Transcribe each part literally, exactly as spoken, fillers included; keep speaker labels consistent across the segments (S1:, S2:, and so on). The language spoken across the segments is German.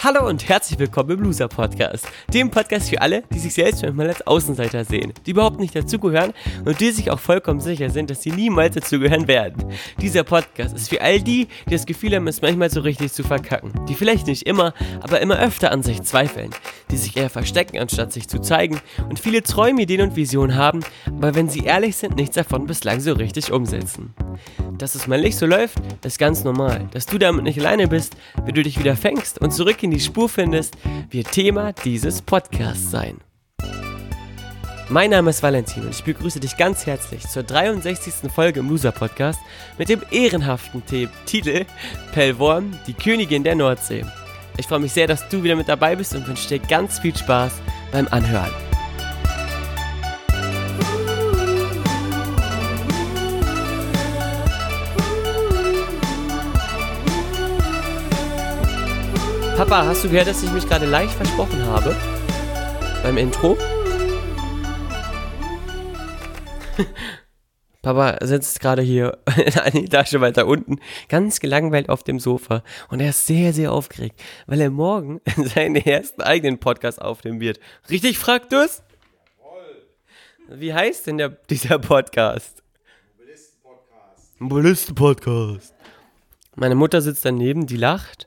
S1: Hallo und herzlich willkommen im Loser Podcast, dem Podcast für alle, die sich selbst manchmal als Außenseiter sehen, die überhaupt nicht dazugehören und die sich auch vollkommen sicher sind, dass sie niemals dazugehören werden. Dieser Podcast ist für all die, die das Gefühl haben, es manchmal so richtig zu verkacken, die vielleicht nicht immer, aber immer öfter an sich zweifeln, die sich eher verstecken, anstatt sich zu zeigen und viele Träume, Ideen und Visionen haben, aber wenn sie ehrlich sind, nichts davon bislang so richtig umsetzen. Dass es mal nicht so läuft, ist ganz normal. Dass du damit nicht alleine bist, wie du dich wieder fängst und zurück in die Spur findest, wird Thema dieses Podcasts sein. Mein Name ist Valentin und ich begrüße dich ganz herzlich zur dreiundsechzigsten Folge im Loser Podcast mit dem ehrenhaften T- Titel Pellworm, die Königin der Nordsee. Ich freue mich sehr, dass du wieder mit dabei bist und wünsche dir ganz viel Spaß beim Anhören. Papa, hast du gehört, dass ich mich gerade leicht versprochen habe? Beim Intro? Papa sitzt gerade hier eine Etage weiter unten, ganz gelangweilt auf dem Sofa. Und er ist sehr, sehr aufgeregt, weil er morgen seinen ersten eigenen Podcast aufnehmen wird. Richtig, fragt du's? Jawohl. Wie heißt denn der, dieser Podcast? Mobilisten-Podcast. Mobilisten-Podcast. Meine Mutter sitzt daneben, die lacht.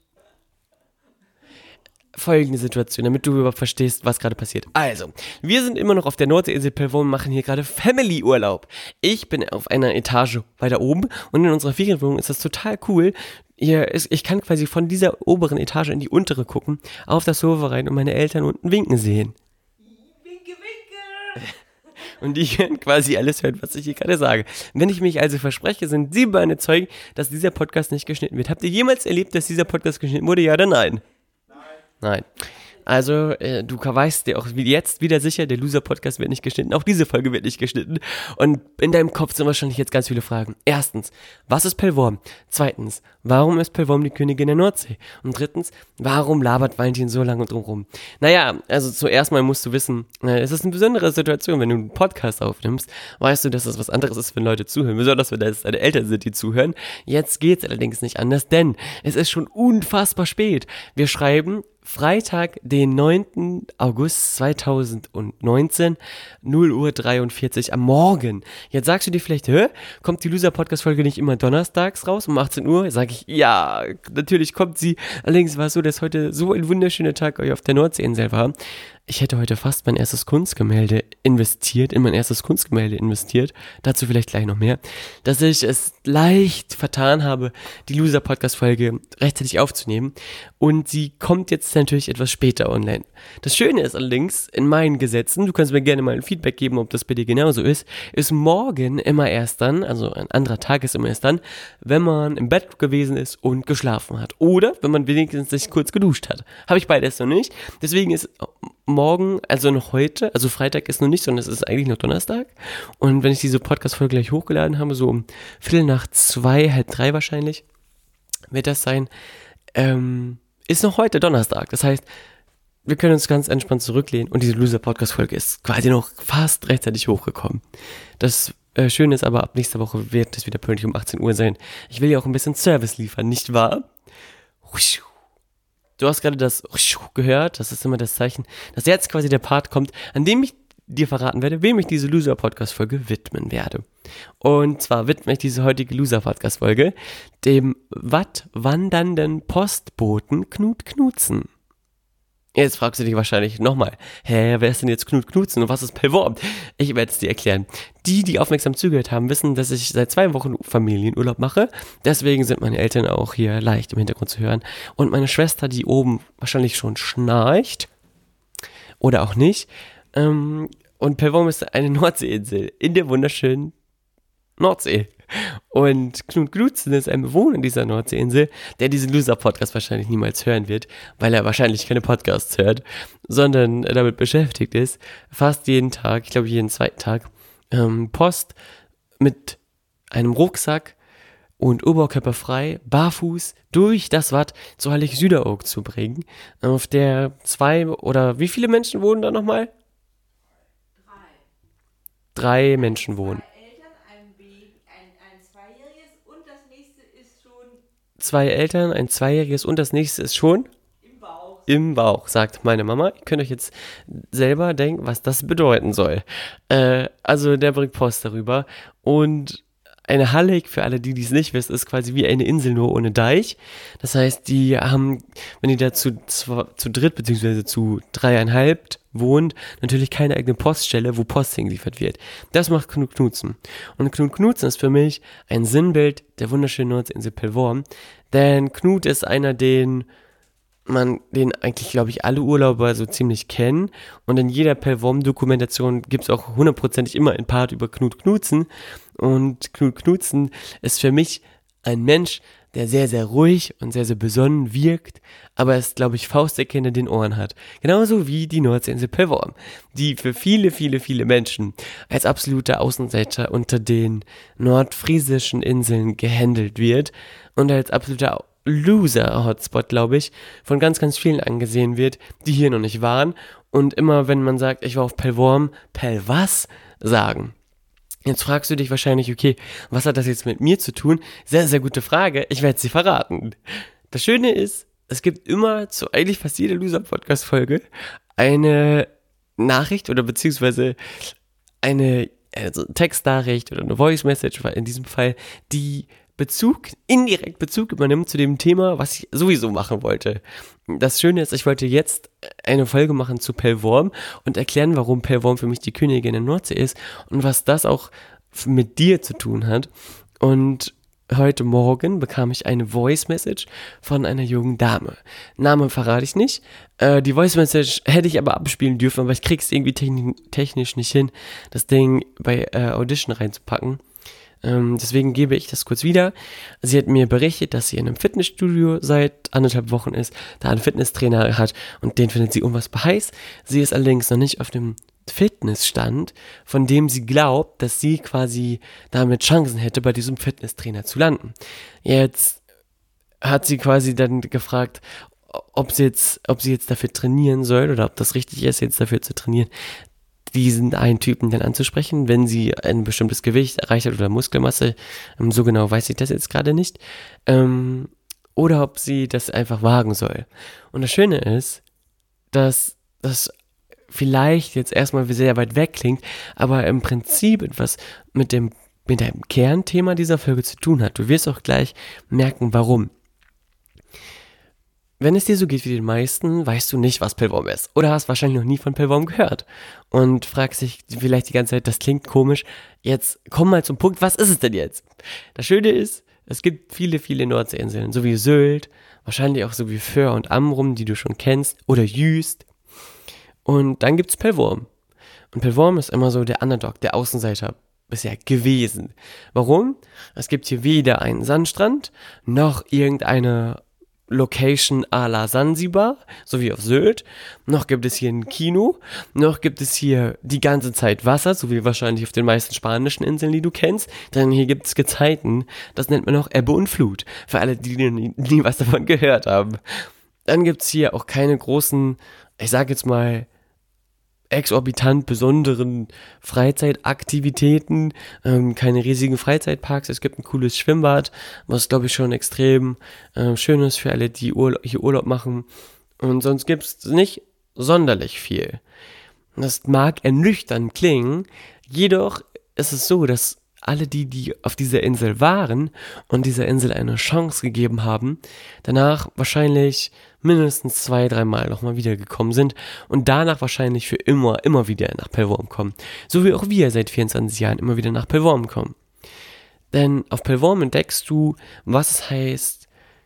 S1: Folgende Situation, damit du überhaupt verstehst, was gerade passiert. Also, wir sind immer noch auf der Nordseeinsel Pellworm und machen hier gerade Family-Urlaub. Ich bin auf einer Etage weiter oben und in unserer Ferienwohnung ist das total cool. Hier ist, ich kann quasi von dieser oberen Etage in die untere gucken, auf das Sofa rein und meine Eltern unten winken sehen. Winke, winke! Und die können quasi alles hören, was ich hier gerade sage. Wenn ich mich also verspreche, sind Sie meine Zeugen, dass dieser Podcast nicht geschnitten wird. Habt ihr jemals erlebt, dass dieser Podcast geschnitten wurde, ja oder nein? Nein. Also, äh, du weißt dir auch jetzt wieder sicher, der Loser-Podcast wird nicht geschnitten, auch diese Folge wird nicht geschnitten. Und in deinem Kopf sind wahrscheinlich jetzt ganz viele Fragen. Erstens, was ist Pellworm? Zweitens, warum ist Pellworm die Königin der Nordsee? Und drittens, warum labert Valentin so lange drumherum? Naja, also zuerst mal musst du wissen, äh, es ist eine besondere Situation, wenn du einen Podcast aufnimmst, weißt du, dass das was anderes ist, wenn Leute zuhören, besonders wenn das deine Eltern sind, die zuhören. Jetzt geht's allerdings nicht anders, denn es ist schon unfassbar spät. Wir schreiben Freitag, den neunten August zweitausendneunzehn, null Uhr dreiundvierzig am Morgen. Jetzt sagst du dir vielleicht, hä, kommt die Loser-Podcast-Folge nicht immer donnerstags raus um achtzehn Uhr? Sag ich, ja, natürlich kommt sie. Allerdings war es so, dass heute so ein wunderschöner Tag auf der Nordseeinsel war. Ich hätte heute fast mein erstes Kunstgemälde investiert, in mein erstes Kunstgemälde investiert, dazu vielleicht gleich noch mehr, dass ich es leicht vertan habe, die Loser-Podcast-Folge rechtzeitig aufzunehmen und sie kommt jetzt natürlich etwas später online. Das Schöne ist allerdings, in meinen Gesetzen, du kannst mir gerne mal ein Feedback geben, ob das bei dir genauso ist, ist morgen immer erst dann, also ein anderer Tag ist immer erst dann, wenn man im Bett gewesen ist und geschlafen hat oder wenn man wenigstens sich kurz geduscht hat. Habe ich beides noch nicht, deswegen ist morgen, also noch heute, also Freitag ist noch nicht, sondern es ist eigentlich noch Donnerstag. Und wenn ich diese Podcast-Folge gleich hochgeladen habe, so um Viertel nach zwei, halb drei wahrscheinlich, wird das sein, ähm, ist noch heute Donnerstag. Das heißt, wir können uns ganz entspannt zurücklehnen und diese Loser-Podcast-Folge ist quasi noch fast rechtzeitig hochgekommen. Das äh, Schöne ist aber, ab nächster Woche wird es wieder pünktlich um achtzehn Uhr sein. Ich will ja auch ein bisschen Service liefern, nicht wahr? Husch. Du hast gerade das gehört, das ist immer das Zeichen, dass jetzt quasi der Part kommt, an dem ich dir verraten werde, wem ich diese Loser-Podcast-Folge widmen werde. Und zwar widme ich diese heutige Loser-Podcast-Folge dem wattwandernden Postboten Knut Knutzen. Jetzt fragst du dich wahrscheinlich nochmal, hä, wer ist denn jetzt Knut Knutzen und was ist Pellworm? Ich werde es dir erklären. Die, die aufmerksam zugehört haben, wissen, dass ich seit zwei Wochen Familienurlaub mache. Deswegen sind meine Eltern auch hier leicht im Hintergrund zu hören. Und meine Schwester, die oben wahrscheinlich schon schnarcht, oder auch nicht. Ähm, und Pellworm ist eine Nordseeinsel in der wunderschönen Nordsee. Und Knut Knutzen ist ein Bewohner dieser Nordseeinsel, der diesen Loser-Podcast wahrscheinlich niemals hören wird, weil er wahrscheinlich keine Podcasts hört, sondern damit beschäftigt ist, fast jeden Tag, ich glaube jeden zweiten Tag, ähm, Post mit einem Rucksack und oberkörperfrei, barfuß, durch das Watt zu Hallig Süderoog zu bringen, auf der zwei oder wie viele Menschen wohnen da nochmal? Drei. Drei Menschen wohnen. Zwei Eltern, ein Zweijähriges und das nächste ist schon? Im Bauch. im Bauch, sagt meine Mama. Ihr könnt euch jetzt selber denken, was das bedeuten soll. Äh, also der bringt Post darüber. Und eine Hallig, für alle, die dies nicht wissen, ist quasi wie eine Insel, nur ohne Deich. Das heißt, die haben, wenn die da zu, zu, zu dritt beziehungsweise zu dreieinhalb wohnt, natürlich keine eigene Poststelle, wo Post hingeliefert wird. Das macht Knut Knudsen. Und Knut Knudsen ist für mich ein Sinnbild der wunderschönen Nordseeinsel Pellworm. Denn Knut ist einer, den man, den eigentlich, glaube ich, alle Urlauber so ziemlich kennen. Und in jeder Pellworm-Dokumentation gibt es auch hundertprozentig immer ein Part über Knut Knudsen. Und Knut Knudsen ist für mich ein Mensch, der sehr, sehr ruhig und sehr, sehr besonnen wirkt, aber es, glaube ich, Faustdicke in den Ohren hat. Genauso wie die Nordseeinsel Pellworm, die für viele, viele, viele Menschen als absoluter Außenseiter unter den nordfriesischen Inseln gehandelt wird und als absoluter Loser-Hotspot, glaube ich, von ganz, ganz vielen angesehen wird, die hier noch nicht waren und immer, wenn man sagt, ich war auf Pellworm, Pell was? Sagen. Jetzt fragst du dich wahrscheinlich, okay, was hat das jetzt mit mir zu tun? Sehr, sehr gute Frage. Ich werde sie verraten. Das Schöne ist, es gibt immer zu eigentlich fast jeder Loser-Podcast-Folge eine Nachricht oder beziehungsweise eine also Textnachricht oder eine Voice-Message, in diesem Fall, die Bezug, indirekt Bezug übernimmt zu dem Thema, was ich sowieso machen wollte. Das Schöne ist, ich wollte jetzt eine Folge machen zu Pellworm und erklären, warum Pellworm für mich die Königin der Nordsee ist und was das auch mit dir zu tun hat. Und heute Morgen bekam ich eine Voice-Message von einer jungen Dame. Namen verrate ich nicht. Äh, die Voice-Message hätte ich aber abspielen dürfen, aber ich krieg's irgendwie techni- technisch nicht hin, das Ding bei äh, Audition reinzupacken. Ähm, deswegen gebe ich das kurz wieder. Sie hat mir berichtet, dass sie in einem Fitnessstudio seit anderthalb Wochen ist, da einen Fitnesstrainer hat und den findet sie unfassbar heiß. Sie ist allerdings noch nicht auf dem Fitnessstand, von dem sie glaubt, dass sie quasi damit Chancen hätte, bei diesem Fitnesstrainer zu landen. Jetzt hat sie quasi dann gefragt, ob sie jetzt, ob sie jetzt dafür trainieren soll oder ob das richtig ist, jetzt dafür zu trainieren, diesen einen Typen dann anzusprechen, wenn sie ein bestimmtes Gewicht erreicht hat oder Muskelmasse, ähm, so genau weiß ich das jetzt gerade nicht, ähm, oder ob sie das einfach wagen soll. Und das Schöne ist, dass das vielleicht jetzt erstmal sehr weit weg klingt, aber im Prinzip etwas mit dem, mit dem Kernthema dieser Folge zu tun hat. Du wirst auch gleich merken, warum. Wenn es dir so geht wie den meisten, weißt du nicht, was Pellworm ist. Oder hast wahrscheinlich noch nie von Pellworm gehört. Und fragst dich vielleicht die ganze Zeit, das klingt komisch. Jetzt komm mal zum Punkt, was ist es denn jetzt? Das Schöne ist, es gibt viele, viele Nordseeinseln. So wie Sylt, wahrscheinlich auch so wie Föhr und Amrum, die du schon kennst. Oder Jüst. Und dann gibt's Pellworm. Und Pellworm ist immer so der Underdog, der Außenseiter bisher gewesen. Warum? Es gibt hier weder einen Sandstrand, noch irgendeine Location à la Sansibar, so wie auf Sylt, noch gibt es hier ein Kino, noch gibt es hier die ganze Zeit Wasser, so wie wahrscheinlich auf den meisten spanischen Inseln, die du kennst, denn hier gibt es Gezeiten, das nennt man auch Ebbe und Flut, für alle, die nie, nie was davon gehört haben. Dann gibt es hier auch keine großen, ich sag jetzt mal, exorbitant besonderen Freizeitaktivitäten, ähm, keine riesigen Freizeitparks, es gibt ein cooles Schwimmbad, was glaube ich schon extrem äh, schön ist für alle, die Urla- hier Urlaub machen, und sonst gibt es nicht sonderlich viel. Das mag ernüchternd klingen, jedoch ist es so, dass alle die, die auf dieser Insel waren und dieser Insel eine Chance gegeben haben, danach wahrscheinlich mindestens zwei, dreimal nochmal wiedergekommen sind und danach wahrscheinlich für immer, immer wieder nach Pellworm kommen. So wie auch wir seit vierundzwanzig Jahren immer wieder nach Pellworm kommen. Denn auf Pellworm entdeckst du, was es heißt,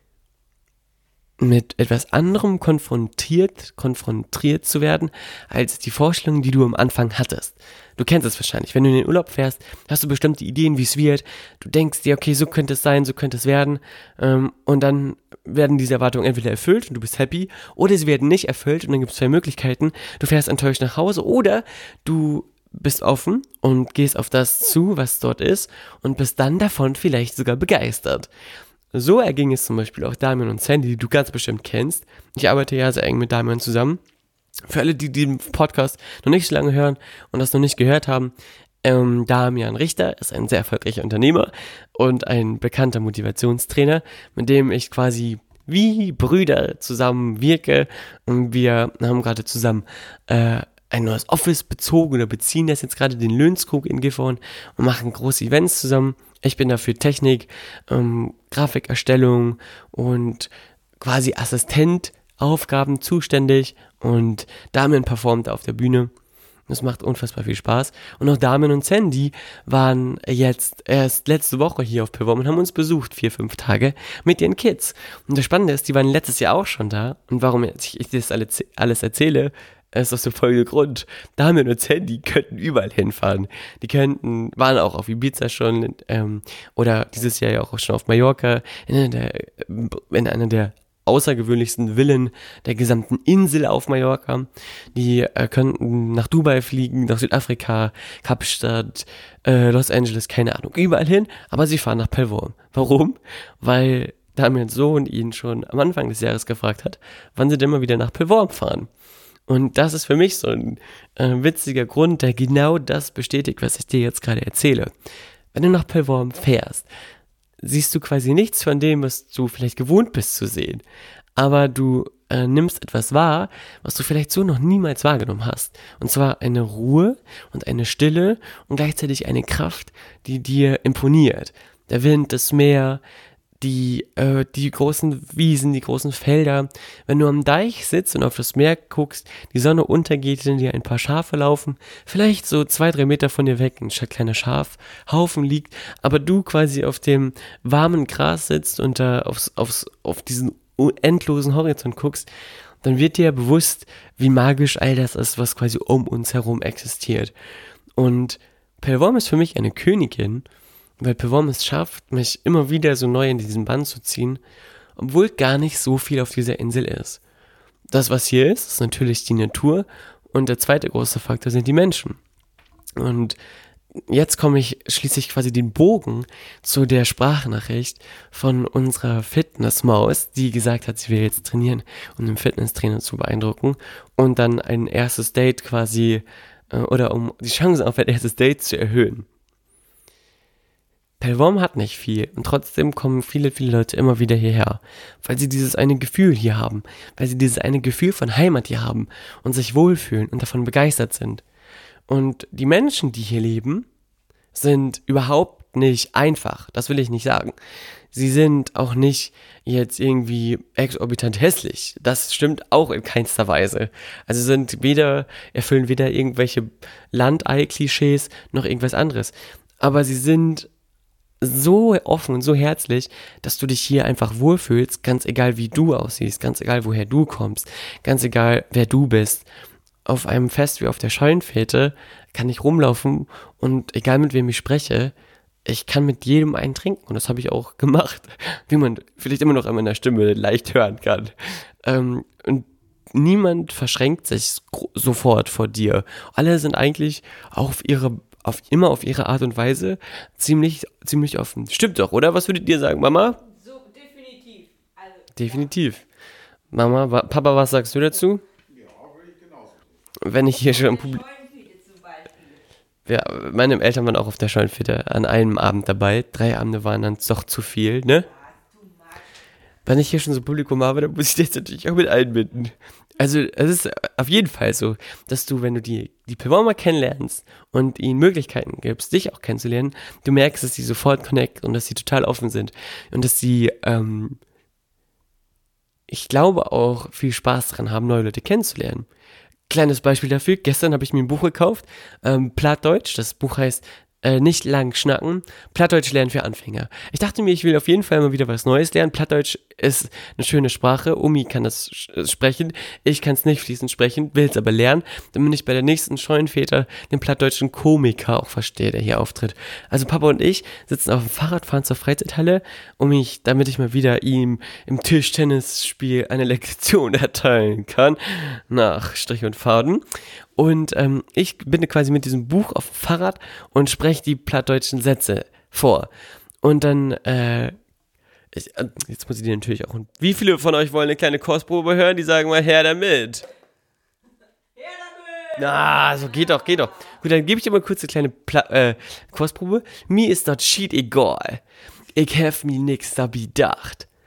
S1: mit etwas anderem konfrontiert, konfrontiert zu werden, als die Vorstellung, die du am Anfang hattest. Du kennst es wahrscheinlich. Wenn du in den Urlaub fährst, hast du bestimmte Ideen, wie es wird. Du denkst dir, okay, so könnte es sein, so könnte es werden. Ähm, und dann werden diese Erwartungen entweder erfüllt und du bist happy, oder sie werden nicht erfüllt und dann gibt es zwei Möglichkeiten. Du fährst enttäuscht nach Hause oder du bist offen und gehst auf das zu, was dort ist, und bist dann davon vielleicht sogar begeistert. So erging es zum Beispiel auch Damian und Sandy, die du ganz bestimmt kennst. Ich arbeite ja sehr eng mit Damian zusammen. Für alle, die den Podcast noch nicht so lange hören und das noch nicht gehört haben, ähm, Damian Richter ist ein sehr erfolgreicher Unternehmer und ein bekannter Motivationstrainer, mit dem ich quasi wie Brüder zusammen wirke. Und wir haben gerade zusammen äh, ein neues Office bezogen oder beziehen das jetzt gerade, den Lönskrug in Gifhorn, und machen große Events zusammen. Ich bin dafür Technik, ähm, Grafikerstellung und quasi Assistentaufgaben zuständig, und Damian performt auf der Bühne. Das macht unfassbar viel Spaß. Und auch Damian und Sandy waren jetzt erst letzte Woche hier auf Perform und haben uns besucht, vier, fünf Tage, mit ihren Kids. Und das Spannende ist, die waren letztes Jahr auch schon da. Und warum ich das alles erzähle, ist aus dem folgenden Grund. Damian und Sandy könnten überall hinfahren. Die könnten, waren auch auf Ibiza schon, ähm, oder dieses Jahr ja auch schon auf Mallorca, in einer der, in einer der außergewöhnlichsten Villen der gesamten Insel auf Mallorca. Die äh, könnten nach Dubai fliegen, nach Südafrika, Kapstadt, äh, Los Angeles, keine Ahnung, überall hin, aber sie fahren nach Pellworm. Warum? Weil Damians Sohn ihn schon am Anfang des Jahres gefragt hat, wann sie denn mal wieder nach Pellworm fahren. Und das ist für mich so ein äh, witziger Grund, der genau das bestätigt, was ich dir jetzt gerade erzähle. Wenn du nach Pellworm fährst, siehst du quasi nichts von dem, was du vielleicht gewohnt bist zu sehen. Aber du äh, nimmst etwas wahr, was du vielleicht so noch niemals wahrgenommen hast. Und zwar eine Ruhe und eine Stille und gleichzeitig eine Kraft, die dir imponiert. Der Wind, das Meer, die, äh, die großen Wiesen, die großen Felder. Wenn du am Deich sitzt und auf das Meer guckst, die Sonne untergeht, in dir ein paar Schafe laufen, vielleicht so zwei, drei Meter von dir weg ein kleiner Schafhaufen liegt, aber du quasi auf dem warmen Gras sitzt und da aufs, aufs, auf diesen endlosen Horizont guckst, dann wird dir bewusst, wie magisch all das ist, was quasi um uns herum existiert. Und Pellworm ist für mich eine Königin, weil Pellworm es schafft, mich immer wieder so neu in diesen Bann zu ziehen, obwohl gar nicht so viel auf dieser Insel ist. Das, was hier ist, ist natürlich die Natur, und der zweite große Faktor sind die Menschen. Und jetzt komme ich schließlich quasi den Bogen zu der Sprachnachricht von unserer Fitnessmaus, die gesagt hat, sie will jetzt trainieren, um den Fitnesstrainer zu beeindrucken und dann ein erstes Date quasi, äh, oder um die Chancen auf ein erstes Date zu erhöhen. Pellworm hat nicht viel, und trotzdem kommen viele, viele Leute immer wieder hierher, weil sie dieses eine Gefühl hier haben, weil sie dieses eine Gefühl von Heimat hier haben und sich wohlfühlen und davon begeistert sind. Und die Menschen, die hier leben, sind überhaupt nicht einfach, das will ich nicht sagen. Sie sind auch nicht jetzt irgendwie exorbitant hässlich, das stimmt auch in keinster Weise. Also sind weder, erfüllen weder irgendwelche Landei-Klischees noch irgendwas anderes, aber sie sind so offen und so herzlich, dass du dich hier einfach wohlfühlst, ganz egal wie du aussiehst, ganz egal woher du kommst, ganz egal wer du bist. Auf einem Fest wie auf der Scheunfete kann ich rumlaufen und egal mit wem ich spreche, ich kann mit jedem einen trinken, und das habe ich auch gemacht, wie man vielleicht immer noch an meiner Stimme leicht hören kann. Ähm, und niemand verschränkt sich sofort vor dir. Alle sind eigentlich auf ihre Auf, immer auf ihre Art und Weise ziemlich, ziemlich offen. Stimmt doch, oder? Was würdet ihr sagen, Mama?
S2: So, definitiv. Also,
S1: Definitiv. Ja. Mama, wa- Papa, was sagst du dazu?
S3: Ja, würde ich genauso.
S1: Wenn ich hier schon im
S2: der
S1: Publikum...
S2: Scheunenfete zum Beispiel.
S1: Ja, meine Eltern waren auch auf der Scheunenfete an einem Abend dabei. Drei Abende waren dann doch zu viel, ne?
S2: Was du magst.
S1: Wenn ich hier schon so ein Publikum habe, dann muss ich das natürlich auch mit einbinden. Also es ist auf jeden Fall so, dass du, wenn du die, die Pellwormer kennenlernst und ihnen Möglichkeiten gibst, dich auch kennenzulernen, du merkst, dass sie sofort connecten und dass sie total offen sind und dass sie, ähm, ich glaube auch, viel Spaß daran haben, neue Leute kennenzulernen. Kleines Beispiel dafür, gestern habe ich mir ein Buch gekauft, ähm, Plattdeutsch, das Buch heißt äh, Nicht lang schnacken, Plattdeutsch lernen für Anfänger. Ich dachte mir, ich will auf jeden Fall mal wieder was Neues lernen. Plattdeutsch ist eine schöne Sprache, Omi kann das sch- sprechen, ich kann es nicht fließend sprechen, will es aber lernen, damit ich bei der nächsten Scheunenfete den plattdeutschen Komiker auch verstehe, der hier auftritt. Also Papa und ich sitzen auf dem Fahrrad, fahren zur Freizeithalle, um ich, damit ich mal wieder ihm im Tischtennisspiel eine Lektion erteilen kann, nach Strich und Faden. Und ähm, ich bin quasi mit diesem Buch auf dem Fahrrad und spreche die plattdeutschen Sätze vor. Und dann, äh, ich, äh, jetzt muss ich die natürlich auch. Wie viele von euch wollen eine kleine Kostprobe hören? Die sagen mal, her damit.
S2: Her damit!
S1: Na, so geht doch, geht doch. Gut, dann gebe ich dir mal kurz eine kleine Pla- äh, Kostprobe. Mir ist das Shit egal. Ich hef mir nix da bedacht.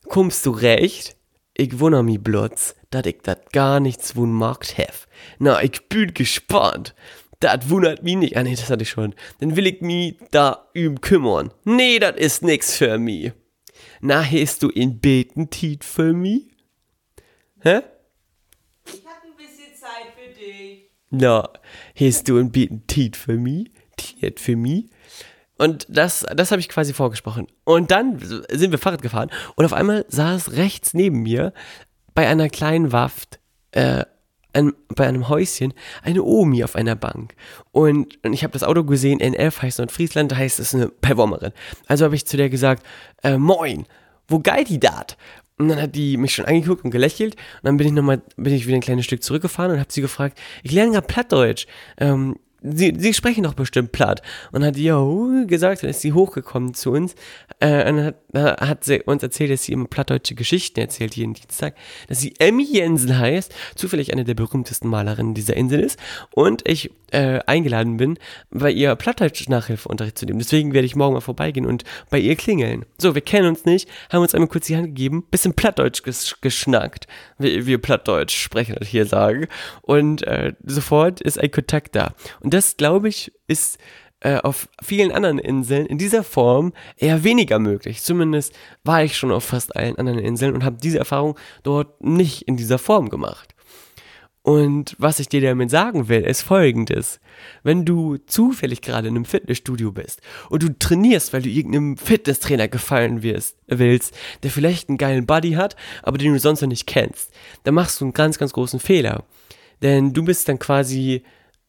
S1: kommst du recht? Ich wundere mich bloß, dass ich dat gar nichts wun markt hef. Na, ich bin gespannt. Dat wundert mich nicht. Ah nee, das hatte ich schon. Dann will ich mich da üben kümmern. Nee, dat ist nix für mich. Na, hast du in Beten Tiet für mich? Hä?
S2: Ich hab ein bisschen Zeit für dich.
S1: Na, hast du in Beten Tiet für mich? Tiet für mich? Und das, das habe ich quasi vorgesprochen. Und dann sind wir Fahrrad gefahren und auf einmal saß rechts neben mir bei einer kleinen Waft, äh, ein, bei einem Häuschen, eine Omi auf einer Bank. Und, und ich habe das Auto gesehen, N F heißt Nordfriesland, da heißt es eine Performerin. Also habe ich zu der gesagt, äh, moin, wo geil die dat? Und dann hat die mich schon angeguckt und gelächelt. Und dann bin ich nochmal, bin ich wieder ein kleines Stück zurückgefahren und habe sie gefragt, ich lerne gerade Plattdeutsch. Ähm, Sie, sie sprechen doch bestimmt platt. Und hat die ja gesagt, dann ist sie hochgekommen zu uns. Äh, und hat, da hat sie uns erzählt, dass sie immer plattdeutsche Geschichten erzählt jeden Dienstag. Dass sie Emmy Jensen heißt, zufällig eine der berühmtesten Malerinnen dieser Insel ist. Und ich äh, eingeladen bin, bei ihr Plattdeutsch-Nachhilfeunterricht zu nehmen. Deswegen werde ich morgen mal vorbeigehen und bei ihr klingeln. So, wir kennen uns nicht, haben uns einmal kurz die Hand gegeben, bisschen Plattdeutsch ges geschnackt, wie wir Plattdeutsch sprechen und hier sagen. Und äh, sofort ist ein Kontakt da. Und das, glaube ich, ist äh, auf vielen anderen Inseln in dieser Form eher weniger möglich. Zumindest war ich schon auf fast allen anderen Inseln und habe diese Erfahrung dort nicht in dieser Form gemacht. Und was ich dir damit sagen will, ist Folgendes. Wenn du zufällig gerade in einem Fitnessstudio bist und du trainierst, weil du irgendeinem Fitnesstrainer gefallen wirst, willst, der vielleicht einen geilen Buddy hat, aber den du sonst noch nicht kennst, dann machst du einen ganz, ganz großen Fehler. Denn du bist dann quasi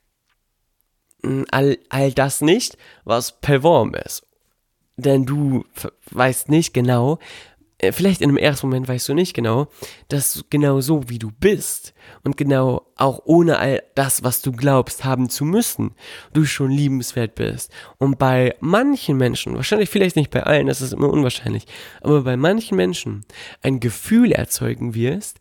S1: all, all das nicht, was Perform ist. Denn du weißt nicht genau, vielleicht in einem ersten Moment weißt du nicht genau, dass genau so wie du bist und genau auch ohne all das, was du glaubst haben zu müssen, du schon liebenswert bist. Und bei manchen Menschen, wahrscheinlich vielleicht nicht bei allen, das ist immer unwahrscheinlich, aber bei manchen Menschen ein Gefühl erzeugen wirst,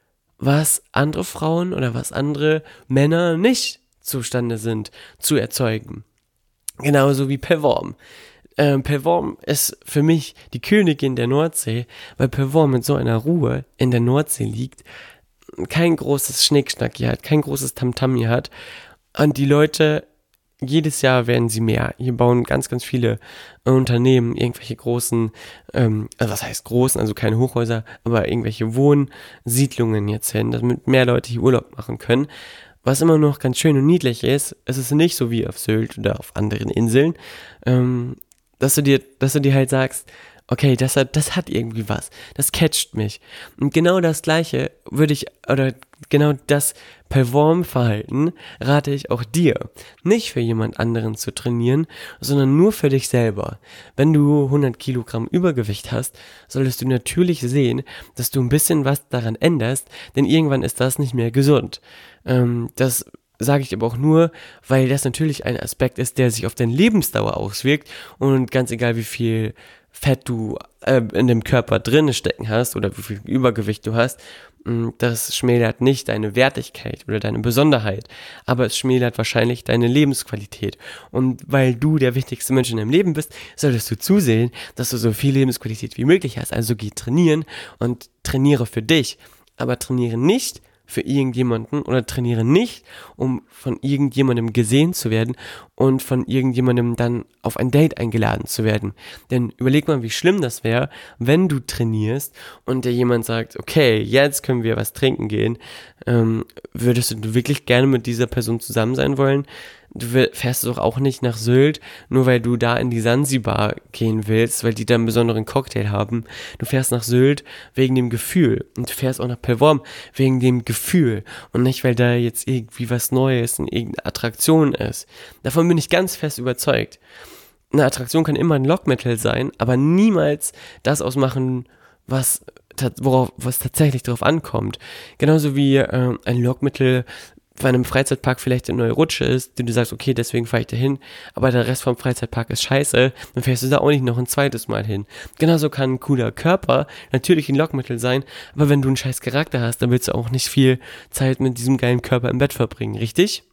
S1: was andere Frauen oder was andere Männer nicht zustande sind zu erzeugen. Genauso wie Perform. Ähm, Perform ist für mich die Königin der Nordsee, weil Perform mit so einer Ruhe in der Nordsee liegt, kein großes Schnickschnack hier hat, kein großes Tamtam hier hat und die Leute, jedes Jahr werden sie mehr. Hier bauen ganz, ganz viele Unternehmen irgendwelche großen, ähm, also was heißt großen, also keine Hochhäuser, aber irgendwelche Wohnsiedlungen jetzt hin, damit mehr Leute hier Urlaub machen können. Was immer noch ganz schön und niedlich ist, es ist nicht so wie auf Sylt oder auf anderen Inseln, ähm, dass du dir, dass du dir halt sagst, okay, das hat, das hat irgendwie was, das catcht mich. Und genau das Gleiche würde ich, oder genau das Perform-Verhalten rate ich auch dir, nicht für jemand anderen zu trainieren, sondern nur für dich selber. Wenn du hundert Kilogramm Übergewicht hast, solltest du natürlich sehen, dass du ein bisschen was daran änderst, denn irgendwann ist das nicht mehr gesund. Ähm, das sage ich aber auch nur, weil das natürlich ein Aspekt ist, der sich auf deine Lebensdauer auswirkt und ganz egal wie viel Fett du äh, in dem Körper drin stecken hast oder wie viel Übergewicht du hast, mh, das schmälert nicht deine Wertigkeit oder deine Besonderheit, aber es schmälert wahrscheinlich deine Lebensqualität. Und weil du der wichtigste Mensch in deinem Leben bist, solltest du zusehen, dass du so viel Lebensqualität wie möglich hast. Also geh trainieren und trainiere für dich, aber trainiere nicht für irgendjemanden oder trainiere nicht, um von irgendjemandem gesehen zu werden und von irgendjemandem dann auf ein Date eingeladen zu werden. Denn überleg mal, wie schlimm das wäre, wenn du trainierst und dir jemand sagt, okay, jetzt können wir was trinken gehen, ähm, würdest du wirklich gerne mit dieser Person zusammen sein wollen? Du fährst doch auch nicht nach Sylt, nur weil du da in die Sansibar gehen willst, weil die da einen besonderen Cocktail haben. Du fährst nach Sylt wegen dem Gefühl und du fährst auch nach Perform wegen dem Gefühl und nicht, weil da jetzt irgendwie was Neues und irgendeine Attraktion ist. Davon bin ich ganz fest überzeugt. Eine Attraktion kann immer ein Lockmittel sein, aber niemals das ausmachen, was, worauf, was tatsächlich drauf ankommt. Genauso wie äh, ein Lockmittel bei einem Freizeitpark vielleicht eine neue Rutsche ist, die du sagst, okay, deswegen fahre ich da hin, aber der Rest vom Freizeitpark ist scheiße, dann fährst du da auch nicht noch ein zweites Mal hin. Genauso kann ein cooler Körper natürlich ein Lockmittel sein, aber wenn du einen scheiß Charakter hast, dann willst du auch nicht viel Zeit mit diesem geilen Körper im Bett verbringen, richtig?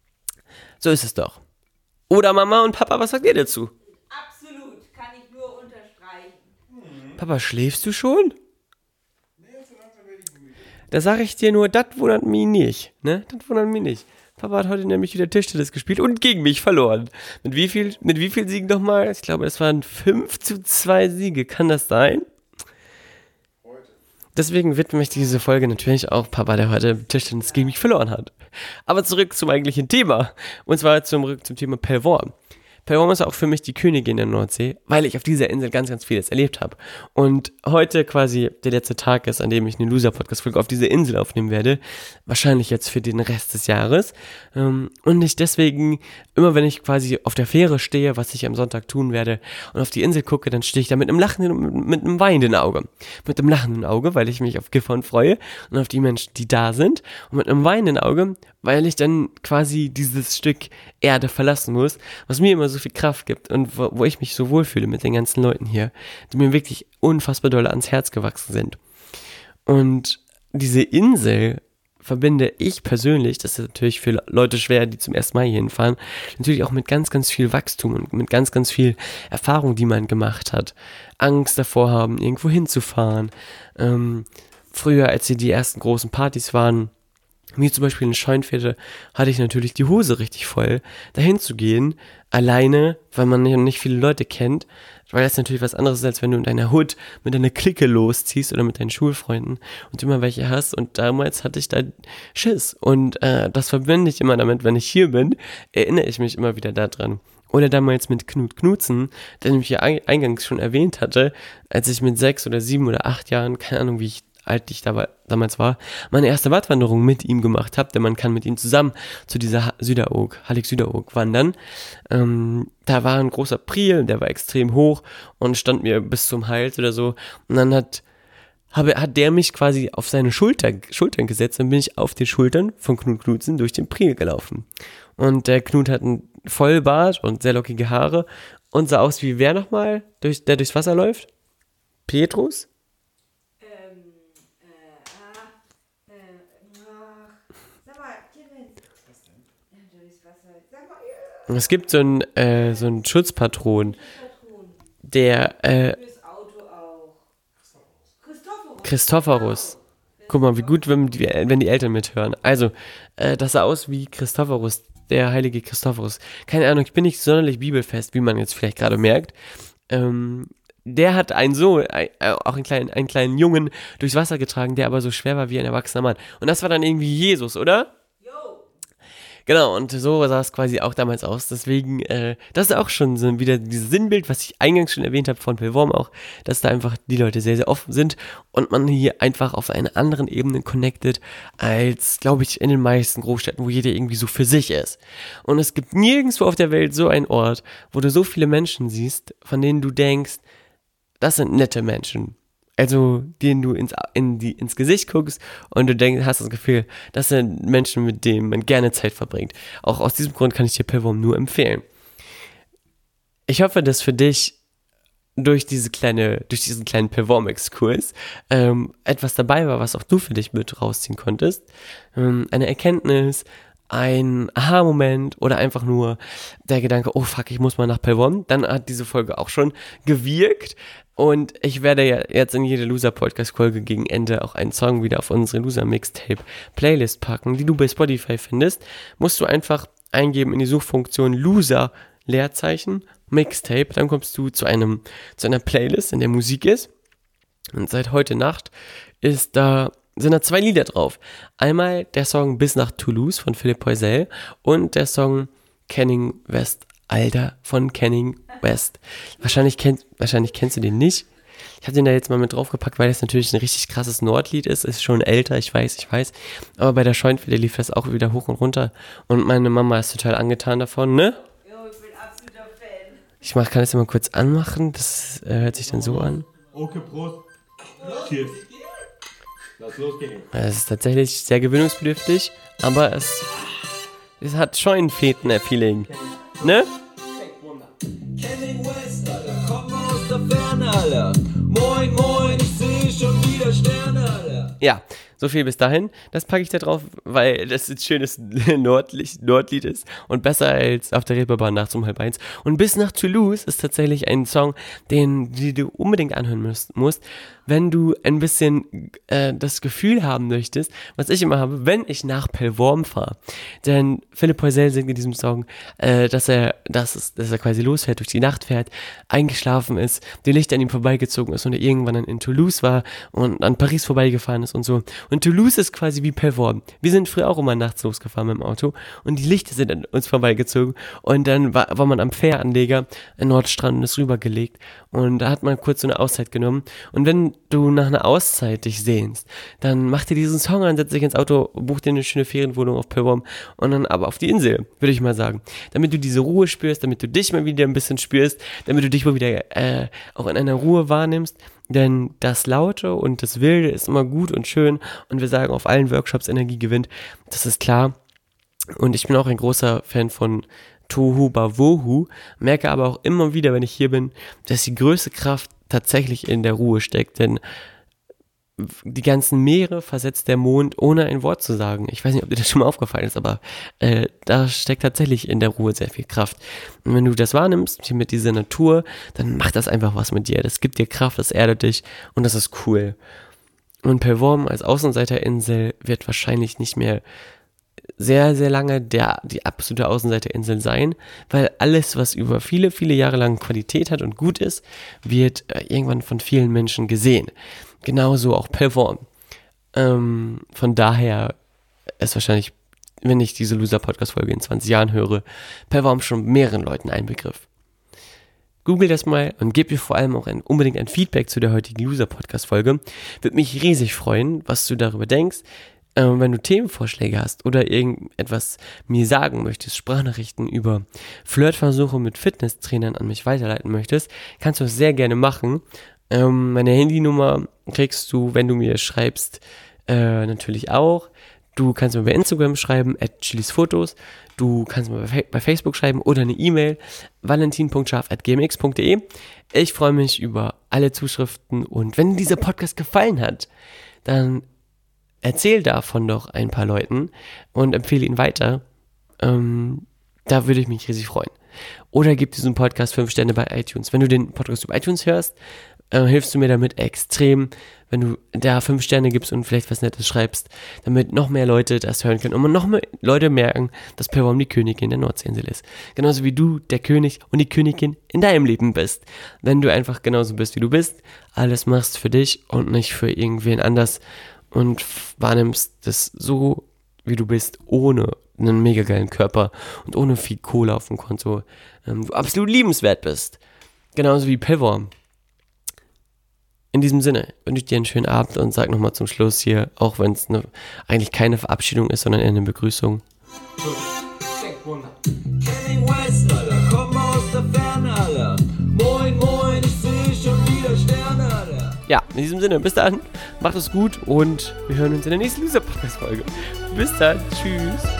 S1: So ist es doch. Oder Mama und Papa, was sagt ihr dazu?
S2: Absolut, kann ich nur unterstreichen.
S1: Papa, schläfst du schon? Da sage ich dir nur, das wundert mich nicht, ne? Das wundert mich nicht. Papa hat heute nämlich wieder Tischtennis gespielt und gegen mich verloren. Mit wie viel, mit wie viel Siegen nochmal? Ich glaube, das waren fünf zu zwei Siege. Kann das sein? Deswegen widme ich diese Folge natürlich auch Papa, der heute Tischtennis gegen mich verloren hat. Aber zurück zum eigentlichen Thema. Und zwar zurück zum Thema Pellworm. Pellworm ist auch für mich die Königin der Nordsee, weil ich auf dieser Insel ganz, ganz vieles erlebt habe. Und heute quasi der letzte Tag ist, an dem ich eine Loser-Podcast-Folge auf dieser Insel aufnehmen werde. Wahrscheinlich jetzt für den Rest des Jahres. Und ich deswegen, immer wenn ich quasi auf der Fähre stehe, was ich am Sonntag tun werde, und auf die Insel gucke, dann stehe ich da mit einem lachenden und mit einem weinenden Auge. Mit einem lachenden Auge, weil ich mich auf Gifhorn freue und auf die Menschen, die da sind. Und mit einem weinenden Auge, weil ich dann quasi dieses Stück Erde verlassen muss, was mir immer so viel Kraft gibt und wo, wo ich mich so wohlfühle mit den ganzen Leuten hier, die mir wirklich unfassbar doll ans Herz gewachsen sind. Und diese Insel verbinde ich persönlich, das ist natürlich für Leute schwer, die zum ersten Mal hier hinfahren, natürlich auch mit ganz, ganz viel Wachstum und mit ganz, ganz viel Erfahrung, die man gemacht hat. Angst davor haben, irgendwo hinzufahren. Ähm, früher, als hier die ersten großen Partys waren, wie zum Beispiel in Scheunfete, hatte ich natürlich die Hose richtig voll, dahin zu gehen, alleine, weil man nicht viele Leute kennt, weil das natürlich was anderes ist, als wenn du in deiner Hood mit deiner Clique losziehst oder mit deinen Schulfreunden und immer welche hast. Und damals hatte ich da Schiss. Und äh, das verbinde ich immer damit, wenn ich hier bin, erinnere ich mich immer wieder daran. Oder damals mit Knut Knutzen, den ich ja eingangs schon erwähnt hatte, als ich mit sechs oder sieben oder acht Jahren, keine Ahnung, wie ich alt ich da damals war, meine erste Wattwanderung mit ihm gemacht habe, denn man kann mit ihm zusammen zu dieser Süderoog, Hallig Süderoog wandern. Ähm, da war ein großer Priel, der war extrem hoch und stand mir bis zum Hals oder so. Und dann hat, habe, hat der mich quasi auf seine Schulter, Schultern gesetzt und bin ich auf den Schultern von Knut Knutzen durch den Priel gelaufen. Und der Knut hat einen Vollbart und sehr lockige Haare und sah aus wie wer nochmal, durch, der durchs Wasser läuft? Petrus? Es gibt so einen, äh, so einen Schutzpatron, der, äh, Christophorus. Guck mal, wie gut, wenn die, wenn die Eltern mithören. Also, äh, das sah aus wie Christophorus, der heilige Christophorus. Keine Ahnung, ich bin nicht sonderlich bibelfest, wie man jetzt vielleicht gerade merkt. Ähm, der hat einen Sohn, ein, äh, auch einen kleinen, einen kleinen Jungen durchs Wasser getragen, der aber so schwer war wie ein erwachsener Mann. Und das war dann irgendwie Jesus, oder? Genau, und so sah es quasi auch damals aus. Deswegen, äh, das ist auch schon so wieder dieses Sinnbild, was ich eingangs schon erwähnt habe von Pellworm auch, dass da einfach die Leute sehr, sehr offen sind und man hier einfach auf einer anderen Ebene connected, als, glaube ich, in den meisten Großstädten, wo jeder irgendwie so für sich ist. Und es gibt nirgendwo auf der Welt so einen Ort, wo du so viele Menschen siehst, von denen du denkst, das sind nette Menschen. Also, denen du ins, in die, ins Gesicht guckst und du denkst, hast das Gefühl, das sind Menschen, mit denen man gerne Zeit verbringt. Auch aus diesem Grund kann ich dir Pellworm nur empfehlen. Ich hoffe, dass für dich durch diese kleine, durch diesen kleinen Pellworm-Exkurs ähm, etwas dabei war, was auch du für dich mit rausziehen konntest. Ähm, eine Erkenntnis, ein Aha-Moment oder einfach nur der Gedanke, oh fuck, ich muss mal nach Pellworm. Dann hat diese Folge auch schon gewirkt. Und ich werde ja jetzt in jede Loser-Podcast-Folge gegen Ende auch einen Song wieder auf unsere Loser-Mixtape-Playlist packen, die du bei Spotify findest. Musst du einfach eingeben in die Suchfunktion Loser, Leerzeichen, Mixtape. Dann kommst du zu einem, zu einer Playlist, in der Musik ist. Und seit heute Nacht ist da, sind da zwei Lieder drauf. Einmal der Song Bis nach Toulouse von Philipp Poisel und der Song Canning West Alter von Canning West. Wahrscheinlich, kenn, wahrscheinlich kennst du den nicht. Ich habe den da jetzt mal mit draufgepackt, weil das natürlich ein richtig krasses Nordlied ist. Ist schon älter, ich weiß, ich weiß. Aber bei der Scheunfete lief das auch wieder hoch und runter. Und meine Mama ist total angetan davon, ne?
S2: Jo, ich bin absoluter Fan.
S1: Ich mach, kann das ja mal kurz anmachen. Das äh, hört sich dann so an.
S3: Okay, Prost. Cheers. Lass losgehen.
S1: Es ist tatsächlich sehr gewöhnungsbedürftig, aber es, es hat Scheunenfeten-Feeling. Ne?
S4: Canning West, Alter, komm mal aus der Ferne, Alter. Moin, moin, ich seh schon wieder Sterne, Alter.
S1: Ja, So viel bis dahin. Das packe ich da drauf, weil das ein schönes Nordlicht, Nordlied ist und besser als auf der Reeperbahn nachts um halb eins. Und bis nach Toulouse ist tatsächlich ein Song, den, den du unbedingt anhören musst, musst wenn du ein bisschen äh, das Gefühl haben möchtest, was ich immer habe, wenn ich nach Pellworm fahre. Denn Philipp Poisel singt in diesem Song, äh, dass er, dass, es, dass er quasi losfährt, durch die Nacht fährt, eingeschlafen ist, die Lichter an ihm vorbeigezogen ist und er irgendwann dann in Toulouse war und an Paris vorbeigefahren ist und so. Und Toulouse ist quasi wie Pellworm. Wir sind früher auch immer nachts losgefahren mit dem Auto und die Lichter sind an uns vorbeigezogen und dann war, war man am Fähranleger in Nordstrand und ist rübergelegt und da hat man kurz so eine Auszeit genommen. Und wenn du nach einer Auszeit dich sehnst, dann mach dir diesen Song an, setz dich ins Auto, buch dir eine schöne Ferienwohnung auf Pellworm und dann aber auf die Insel, würde ich mal sagen. Damit du diese Ruhe spürst, damit du dich mal wieder ein bisschen spürst, damit du dich mal wieder äh, auch in einer Ruhe wahrnimmst. Denn das Laute und das Wilde ist immer gut und schön und wir sagen auf allen Workshops, Energie gewinnt, das ist klar. Und ich bin auch ein großer Fan von Tohu Bohu, merke aber auch immer wieder, wenn ich hier bin, dass die größte Kraft tatsächlich in der Ruhe steckt, denn die ganzen Meere versetzt der Mond, ohne ein Wort zu sagen. Ich weiß nicht, ob dir das schon mal aufgefallen ist, aber äh, da steckt tatsächlich in der Ruhe sehr viel Kraft. Und wenn du das wahrnimmst, hier mit dieser Natur, dann macht das einfach was mit dir. Das gibt dir Kraft, das erdet dich und das ist cool. Und Pellworm als Außenseiter-Insel wird wahrscheinlich nicht mehr sehr, sehr lange der, die absolute Außenseiter-Insel sein, weil alles, was über viele, viele Jahre lang Qualität hat und gut ist, wird äh, irgendwann von vielen Menschen gesehen. Genauso auch Pellworm. Ähm, von daher ist wahrscheinlich, wenn ich diese Loser-Podcast-Folge in zwanzig Jahren höre, Pellworm schon mehreren Leuten ein Begriff. Google das mal und gib mir vor allem auch ein, unbedingt ein Feedback zu der heutigen Loser-Podcast-Folge. Würde mich riesig freuen, was du darüber denkst. Ähm, wenn du Themenvorschläge hast oder irgendetwas mir sagen möchtest, Sprachnachrichten über Flirtversuche mit Fitnesstrainern an mich weiterleiten möchtest, kannst du das sehr gerne machen. Ähm, meine Handynummer kriegst du, wenn du mir schreibst, äh, natürlich auch. Du kannst mir bei Instagram schreiben, at chilisfotos. Du kannst mir bei, bei Facebook schreiben oder eine E-Mail, valentin punkt scharf at gmx punkt de. Ich freue mich über alle Zuschriften und wenn dir dieser Podcast gefallen hat, dann erzähl davon doch ein paar Leuten und empfehle ihn weiter. Ähm, da würde ich mich riesig freuen. Oder gib diesem Podcast fünf Sterne bei iTunes. Wenn du den Podcast über iTunes hörst, äh, hilfst du mir damit extrem, wenn du da fünf Sterne gibst und vielleicht was Nettes schreibst, damit noch mehr Leute das hören können und noch mehr Leute merken, dass Pellworm die Königin der Nordseeinsel ist. Genauso wie du der König und die Königin in deinem Leben bist. Wenn du einfach genauso bist, wie du bist, alles machst für dich und nicht für irgendwen anders und wahrnimmst das so, wie du bist, ohne einen mega geilen Körper und ohne viel Kohle auf dem Konto, ähm, du absolut liebenswert bist. Genauso wie Pellworm. In diesem Sinne wünsche ich dir einen schönen Abend und sag nochmal zum Schluss hier, auch wenn es eigentlich keine Verabschiedung ist, sondern eher eine Begrüßung.
S4: Kanye West, Alter, komm aus der Ferne, Alter. Moin, moin, ich seh schon wieder Sterne, Alter.
S1: Ja, in diesem Sinne, bis dann, macht es gut und wir hören uns in der nächsten Loser-Podcast-Folge. Bis dann, tschüss.